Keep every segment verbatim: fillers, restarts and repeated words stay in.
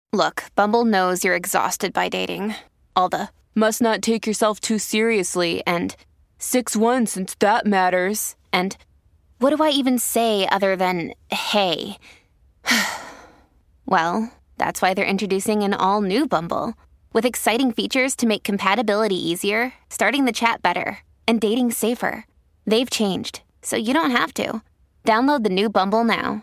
Look, Bumble knows you're exhausted by dating. All the must not take yourself too seriously and six one since that matters. And what do I even say other than hey? Well, that's why they're introducing an all-new Bumble with exciting features to make compatibility easier, starting the chat better, and dating safer. They've changed, so you don't have to. Download the new Bumble now.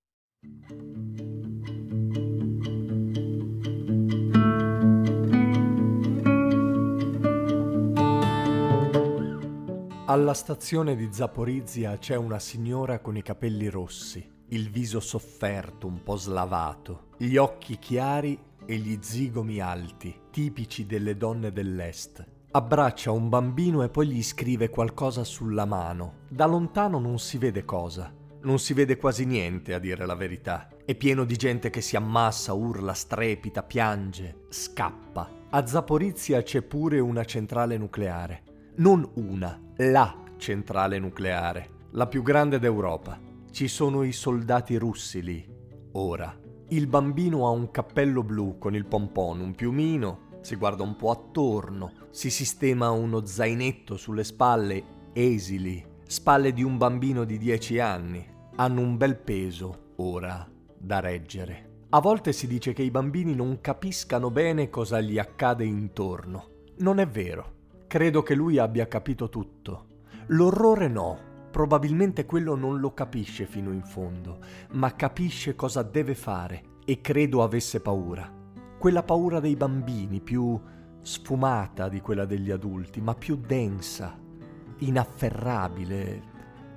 Alla stazione di Zaporizhzhia c'è una signora con i capelli rossi, il viso sofferto, un po' slavato, gli occhi chiari e gli zigomi alti, tipici delle donne dell'est. Abbraccia un bambino e poi gli scrive qualcosa sulla mano. Da lontano non si vede cosa, non si vede quasi niente, a dire la verità. È pieno di gente che si ammassa, urla, strepita, piange, scappa. A Zaporizhzhia c'è pure una centrale nucleare. Non una, la centrale nucleare, la più grande d'Europa. Ci sono i soldati russi lì, ora. Il bambino ha un cappello blu con il pompon, un piumino, si guarda un po' attorno, si sistema uno zainetto sulle spalle, esili, spalle di un bambino di dieci anni. Hanno un bel peso, ora, da reggere. A volte si dice che i bambini non capiscano bene cosa gli accade intorno. Non è vero. Credo che lui abbia capito tutto. L'orrore no, probabilmente quello non lo capisce fino in fondo, ma capisce cosa deve fare e credo avesse paura. Quella paura dei bambini, più sfumata di quella degli adulti, ma più densa, inafferrabile,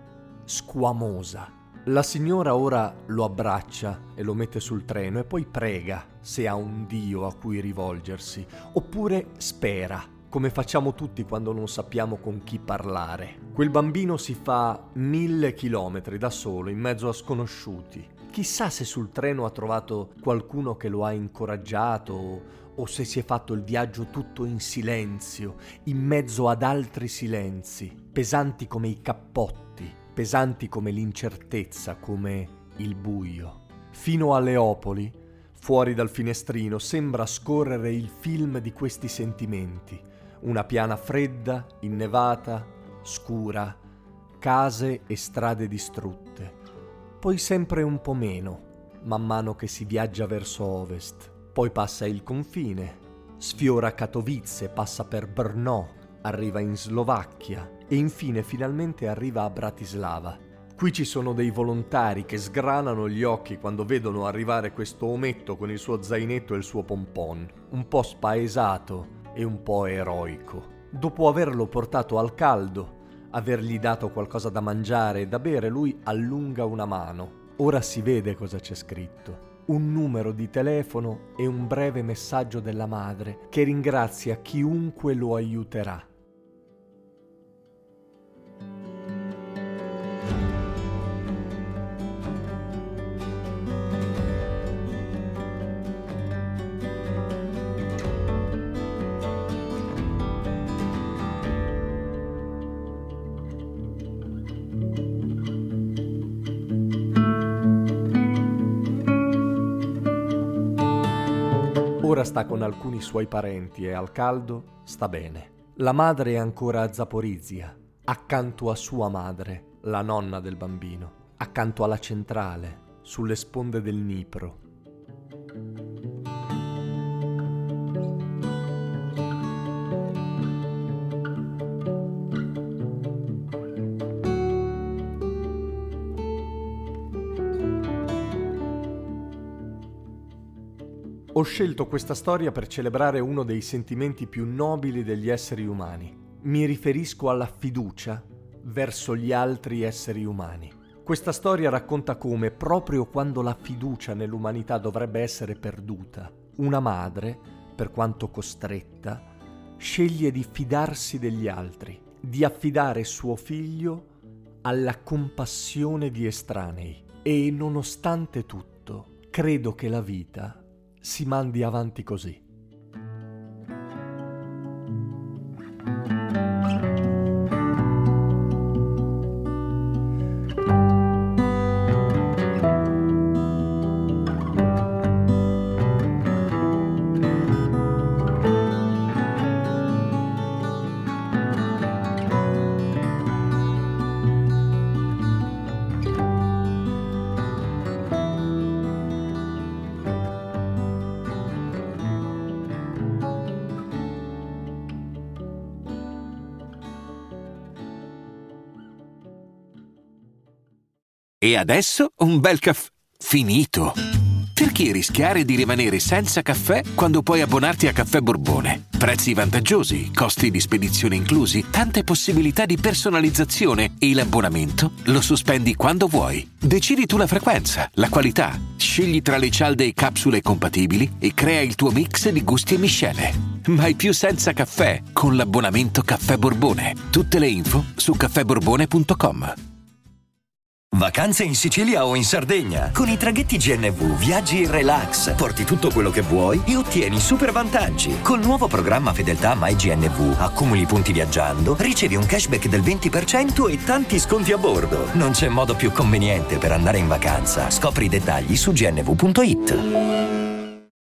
squamosa. La signora ora lo abbraccia e lo mette sul treno e poi prega se ha un Dio a cui rivolgersi, oppure spera, come facciamo tutti quando non sappiamo con chi parlare. Quel bambino si fa mille chilometri da solo, in mezzo a sconosciuti. Chissà se sul treno ha trovato qualcuno che lo ha incoraggiato o, o se si è fatto il viaggio tutto in silenzio, in mezzo ad altri silenzi, pesanti come i cappotti, pesanti come l'incertezza, come il buio. Fino a Leopoli, fuori dal finestrino, sembra scorrere il film di questi sentimenti. Una piana fredda, innevata, scura, case e strade distrutte. Poi sempre un po' meno, man mano che si viaggia verso ovest. Poi passa il confine, sfiora Katowice, passa per Brno, arriva in Slovacchia e infine finalmente arriva a Bratislava. Qui ci sono dei volontari che sgranano gli occhi quando vedono arrivare questo ometto con il suo zainetto e il suo pompon, un po' spaesato e un po' eroico. Dopo averlo portato al caldo, avergli dato qualcosa da mangiare e da bere, lui allunga una mano. Ora si vede cosa c'è scritto. Un numero di telefono e un breve messaggio della madre che ringrazia chiunque lo aiuterà. Ora sta con alcuni suoi parenti e al caldo sta bene. La madre è ancora a Zaporizhzhia, accanto a sua madre, la nonna del bambino, accanto alla centrale, sulle sponde del Dnipro. Ho scelto questa storia per celebrare uno dei sentimenti più nobili degli esseri umani. Mi riferisco alla fiducia verso gli altri esseri umani. Questa storia racconta come, proprio quando la fiducia nell'umanità dovrebbe essere perduta, una madre, per quanto costretta, sceglie di fidarsi degli altri, di affidare suo figlio alla compassione di estranei. E nonostante tutto, credo che la vita si mandi avanti così. E adesso un bel caffè finito. Perché rischiare di rimanere senza caffè quando puoi abbonarti a Caffè Borbone? Prezzi vantaggiosi, costi di spedizione inclusi, tante possibilità di personalizzazione e l'abbonamento lo sospendi quando vuoi. Decidi tu la frequenza, la qualità, scegli tra le cialde e capsule compatibili e crea il tuo mix di gusti e miscele. Mai più senza caffè con l'abbonamento Caffè Borbone. Tutte le info su caffè borbone punto com. Vacanze in Sicilia o in Sardegna. Con i traghetti G N V viaggi in relax, porti tutto quello che vuoi e ottieni super vantaggi. Col nuovo programma Fedeltà MyGNV accumuli punti viaggiando, ricevi un cashback del venti per cento e tanti sconti a bordo. Non c'è modo più conveniente per andare in vacanza. Scopri i dettagli su gnv punto it.